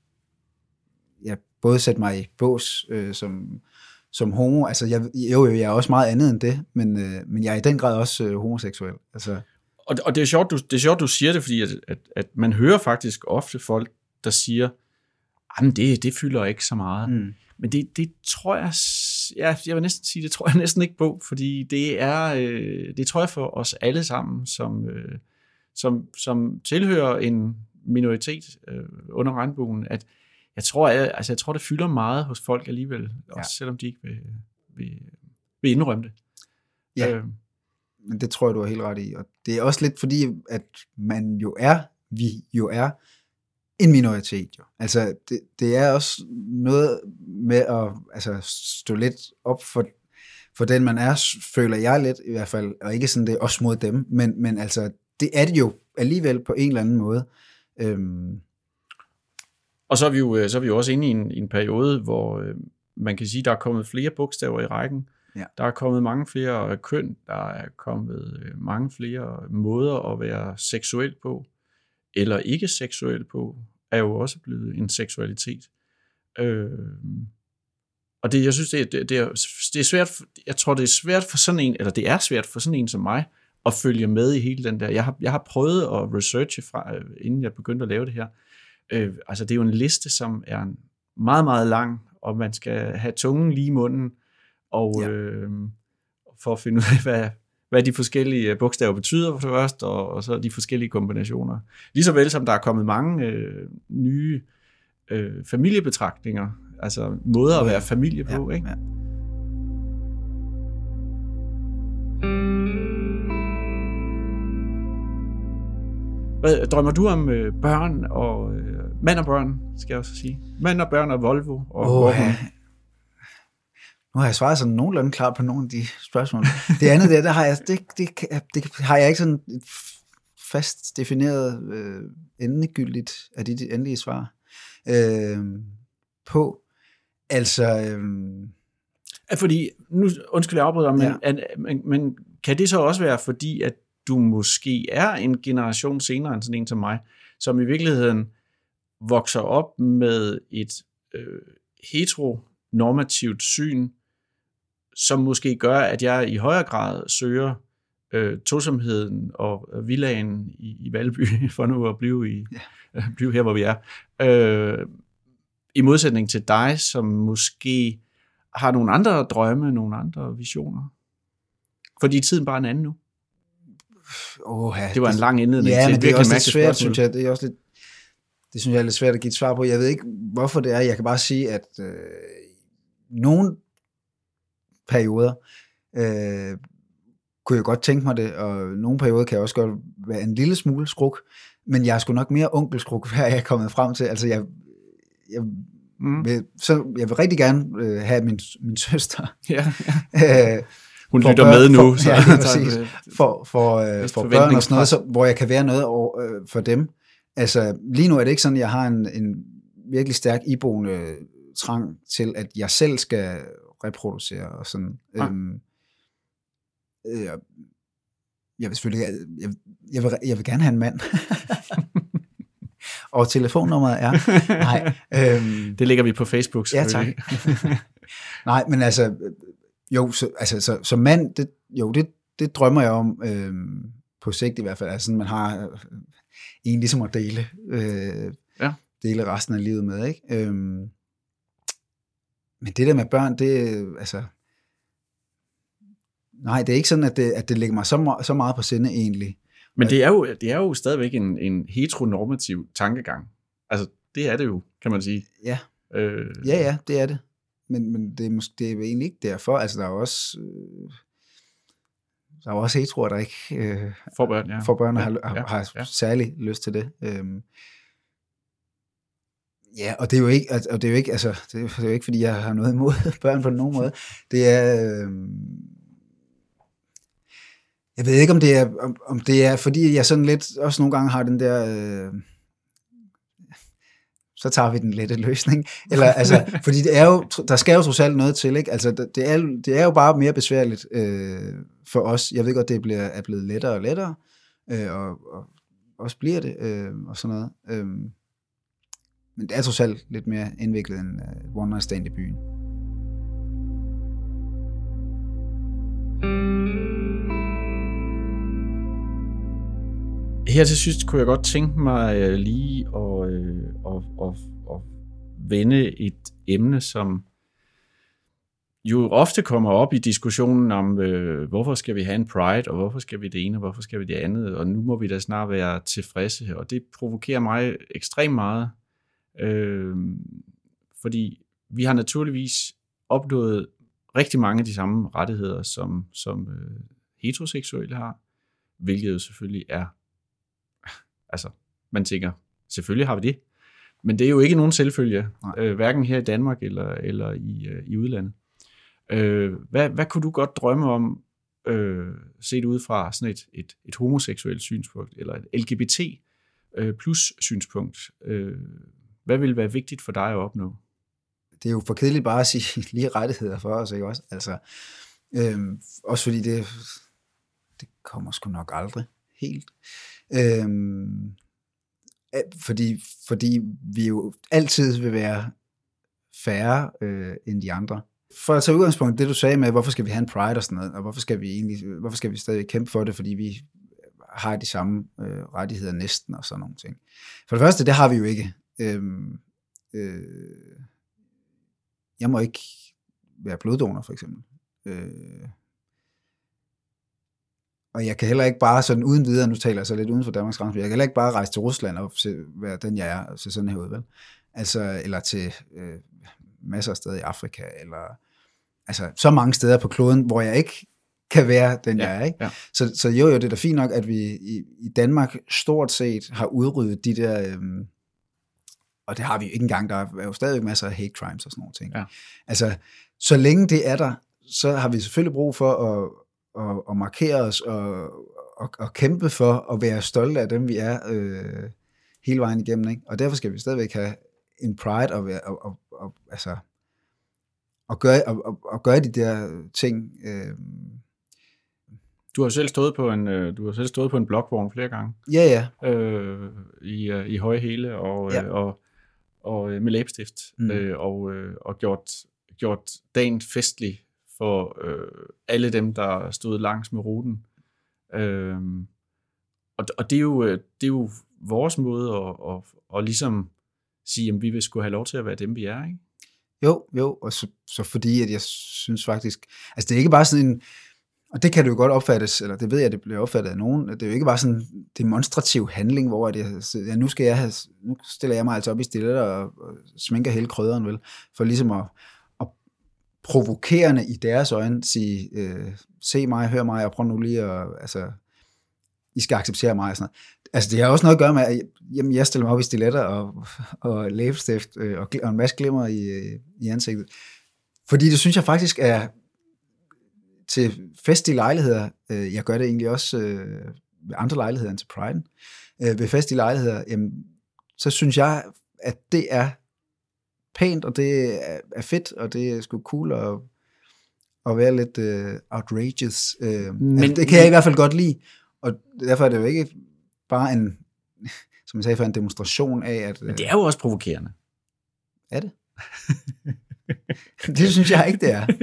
ja, både sætte mig i bås øh, som, som homo. Altså, jeg, jo, jo, jeg er også meget andet end det, men, øh, men jeg er i den grad også øh, homoseksuel. Altså. Og, og det er sjovt, du, det er sjovt, du siger det, fordi at, at, at man hører faktisk ofte folk, der siger, jamen det, det fylder ikke så meget. Mm. Men det, det tror jeg, ja, jeg vil næsten sige, det tror jeg næsten ikke på, fordi det er, øh, det tror jeg for os alle sammen, som, øh, som, som tilhører en minoritet øh, under regnbuen, at jeg tror, jeg, altså jeg tror, det fylder meget hos folk alligevel, ja. Også selvom de ikke vil, vil, vil indrømme det. Ja, øh. Men det tror jeg, du har helt ret i. Og det er også lidt fordi, at man jo er, vi jo er, en minoritet jo. Altså, det, det er også noget med at altså, stå lidt op for, for den, man er, føler jeg lidt i hvert fald, og ikke sådan det også mod dem, men, men altså, det er det jo alligevel på en eller anden måde. Øhm. Og så er vi jo, så er vi jo også inde i en, i en periode, hvor øh, man kan sige, der er kommet flere bogstaver i rækken. Ja. Der er kommet mange flere køn, der er kommet øh, mange flere måder at være seksuel på, eller ikke seksuel på, er jo også blevet en seksualitet. Øh, og det, jeg synes, det, det, det, er, det er svært, jeg tror, det er svært for sådan en, eller det er svært for sådan en som mig, at følge med i hele den der. Jeg har, jeg har prøvet at researche, fra, inden jeg begyndte at lave det her. Øh, altså, det er jo en liste, som er meget, meget lang, og man skal have tungen lige i munden, og ja. øh, for at finde ud af, hvad hvad de forskellige bogstaver betyder for det første, og, og så de forskellige kombinationer. Ligeså vel som der er kommet mange øh, nye øh, familiebetragtninger, altså måder at være familie på, ja, ikke? Ja. Hvad, drømmer du om øh, børn og øh, mand og børn, skal jeg også sige? Mand og børn og Volvo og oh, ja. Nu har jeg svaret sådan nogenlunde klar på nogle af de spørgsmål. Det andet der, der har jeg, det, det, det har jeg ikke sådan et fast defineret øh, endegyldigt af de, de endelige svar øh, på. Altså... Øh, fordi, nu undskyld jeg afbryder, men, ja. at, men, men kan det så også være fordi, at du måske er en generation senere end sådan en som mig, som i virkeligheden vokser op med et øh, heteronormativt syn, som måske gør, at jeg i højere grad søger øh, tosomheden og villaen i, i Valby, for nu at blive, i, ja. øh, blive her, hvor vi er. Øh, I modsætning til dig, som måske har nogle andre drømme, nogle andre visioner. Fordi tiden bare er en anden nu. Oh, ja, det var en lang indledning ja, til men et det er også lidt svært, spørgsmål. Synes jeg. Det er også lidt, det synes jeg er lidt svært at give et svar på. Jeg ved ikke, hvorfor det er. Jeg kan bare sige, at øh, nogle perioder øh, kunne jeg godt tænke mig det, og nogle perioder kan jeg også godt være en lille smule skruk, men jeg er sgu nok mere onkelskruk, hvad jeg er kommet frem til. Altså, jeg, jeg, mm. vil, så, jeg vil rigtig gerne øh, have min, min søster. Ja, ja. øh, Hun for lytter børn, med nu. For, så. ja, det er præcis. For, for, øh, for børn og sådan noget, så, hvor jeg kan være noget over, øh, for dem. Altså, lige nu er det ikke sådan, at jeg har en, en virkelig stærk iboende trang til, at jeg selv skal reproducere og sådan. Ja. Øhm, øh, jeg vil selvfølgelig, jeg, jeg, vil, jeg vil gerne have en mand. Og telefonnummeret er, nej. Øhm, det lægger vi på Facebook. Ja, tak. Nej, men altså, jo, så, altså, så, så mand, det, jo, det, det drømmer jeg om, øhm, på sigt i hvert fald, altså man har øh, en ligesom at dele, øh, ja. dele resten af livet med, ikke? Øhm, men det der med børn, det, altså, nej, det er ikke sådan, at det, at det ligger mig så, me- så meget på sinde egentlig. Men det er jo, det er jo stadigvæk en, en heteronormativ tankegang. Altså, det er det jo, kan man sige. Ja, øh, ja, ja, det er det. Men, men det, er måske, det er egentlig ikke derfor. Altså, der er jo også, øh, der er jo også heteroer, der ikke øh, får børn, ja. får børn og ja, har, ja, har ja. særlig lyst til det. Øhm, ja, og det er jo ikke, og det er jo ikke, altså, det er jo ikke, fordi jeg har noget imod børn på nogen måde. Det er... Øh, Jeg ved ikke, om det er, om, om det er, fordi jeg sådan lidt, også nogle gange har den der, øh, så tager vi den lette løsning, eller altså, fordi det er jo, der skal jo trods alt noget til, ikke? Altså, det er, det er jo bare mere besværligt øh, for os. Jeg ved godt, det bliver, er blevet lettere og lettere, øh, og, og også bliver det, øh, og sådan noget. Øh, men det er trods alt lidt mere indviklet end uh, one night stand i byen. Her til sidst kunne jeg godt tænke mig lige at, øh, at, at, at vende et emne, som jo ofte kommer op i diskussionen om, øh, hvorfor skal vi have en pride, og hvorfor skal vi det ene, og hvorfor skal vi det andet, og nu må vi da snart være tilfredse, og det provokerer mig ekstremt meget, øh, fordi vi har naturligvis opnået rigtig mange af de samme rettigheder, som, som øh, heteroseksuelle har, hvilket jo selvfølgelig er altså, man tænker, selvfølgelig har vi det, men det er jo ikke nogen selvfølge, øh, hverken her i Danmark eller, eller i, øh, i udlandet. Øh, hvad, hvad kunne du godt drømme om, øh, set ud fra sådan et, et, et homoseksuelt synspunkt, eller et L G B T plus synspunkt? Øh, hvad vil være vigtigt for dig at opnå? Det er jo for kedeligt bare at sige lige rettigheder for os, ikke også? Altså, øh, også fordi det, det kommer sgu nok aldrig helt. Øhm, fordi, fordi vi jo altid vil være færre øh, end de andre. For at tage udgangspunkt det du sagde med, hvorfor skal vi have en pride og sådan noget, og hvorfor skal vi egentlig, hvorfor skal vi stadig kæmpe for det, fordi vi har de samme øh, rettigheder næsten og sådan nogle ting. For det første, det har vi jo ikke. Øhm, øh, jeg må ikke være bloddonor for eksempel. Øh, Og jeg kan heller ikke bare sådan uden videre, nu taler jeg så lidt uden for Danmarks grænser, jeg kan heller ikke bare rejse til Rusland og se, være den jeg er, og se sådan her ud, vel? Altså, eller til øh, masser af steder i Afrika, eller altså så mange steder på kloden, hvor jeg ikke kan være den ja, jeg er, ikke? Ja. Så, så jo, jo, det er da fint nok, at vi i, i Danmark stort set har udryddet de der, øhm, og det har vi jo ikke engang, der er jo stadig masser af hate crimes og sådan nogle ting. Ja. Altså, så længe det er der, så har vi selvfølgelig brug for at Og, og markere os og, og, og kæmpe for at være stolte af dem, vi er øh, hele vejen igennem. Ikke? Og derfor skal vi stadigvæk have en pride og, være, og, og, og, altså, og, gøre, og, og, og gøre de der ting. Øh. Du har selv stået på en du har selv stået på en blokvogn flere gange. Ja, ja. Øh, i, i høje hæle og, ja. og, og med læbestift mm. øh, og, og gjort, gjort dagen festlig for øh, alle dem, der stod langs med ruten. Øh, og og det, er jo, det er jo vores måde at, at, at ligesom sige, at vi vil skulle have lov til at være dem, vi er, ikke? Jo, jo, og så, så fordi, at jeg synes faktisk, altså det er ikke bare sådan en, og det kan det jo godt opfattes, eller det ved jeg, det bliver opfattet af nogen, det er jo ikke bare sådan en demonstrativ handling, hvor jeg, ja, nu, skal jeg have, nu stiller jeg mig altså op i stilletter og, og sminker hele krydderen, vel, for ligesom at provokerende i deres øjne sige, øh, se mig, hør mig, og prøv nu lige at, altså, I skal acceptere mig og sådan noget. Altså, det har også noget at gøre med, at jamen, jeg stiller mig op i stiletter og, og læbestift øh, og, og en masse glimmer i, i ansigtet. Fordi det synes jeg faktisk er, til festlige lejligheder, øh, jeg gør det egentlig også øh, ved andre lejligheder end til Pride'en, øh, ved festlige lejligheder, jamen, så synes jeg, at det er pænt, og det er, er fedt, og det er sgu cool at, at være lidt øh, outrageous. Øh, men, altså, det kan jeg i hvert fald godt lide, og derfor er det jo ikke bare en, som jeg sagde før, en demonstration af, at... Men det er jo også provokerende. Er det? Det synes jeg ikke, det er.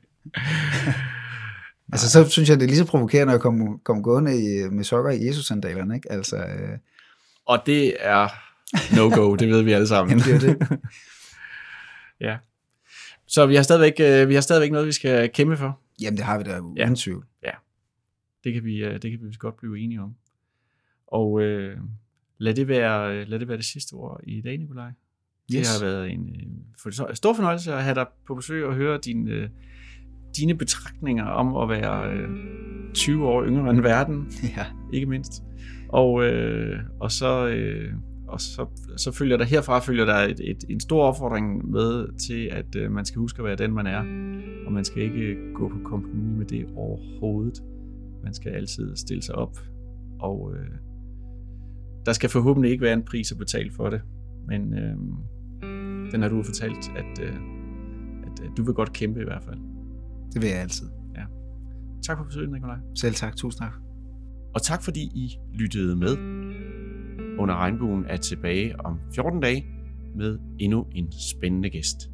Altså, så synes jeg, det er lige så provokerende at komme, komme gående i, med sokker i Jesus-sandalerne, ikke? Altså, øh... Og det er no-go, det ved vi alle sammen. Jamen, det er det. Ja. Så vi har stadigvæk, øh, vi har stadigvæk noget, vi skal kæmpe for. Jamen, det har vi da uden ja. tvivl. Ja, det kan vi, det kan vi godt blive enige om. Og øh, lad, det være, lad det være det sidste ord i dag, Nikolaj. Det yes. har været en øh, stor fornøjelse at have dig på besøg og høre din, øh, dine betragtninger om at være øh, tyve år yngre end verden, ja. Ikke mindst. Og, øh, og så, øh, og så, så følger der herfra følger der et, et, en stor opfordring med til, at øh, man skal huske at være den, man er, og man skal ikke gå på kompromis med det overhovedet. Man skal altid stille sig op, og øh, der skal forhåbentlig ikke være en pris at betale for det, men øh, den har du fortalt, at, øh, at, at du vil godt kæmpe i hvert fald. Det vil jeg altid. Ja. Tak for besøget, Nikolaj. Selv tak. Tusind tak. Og tak fordi I lyttede med. Under Regnbuen er tilbage om fjorten dage med endnu en spændende gæst.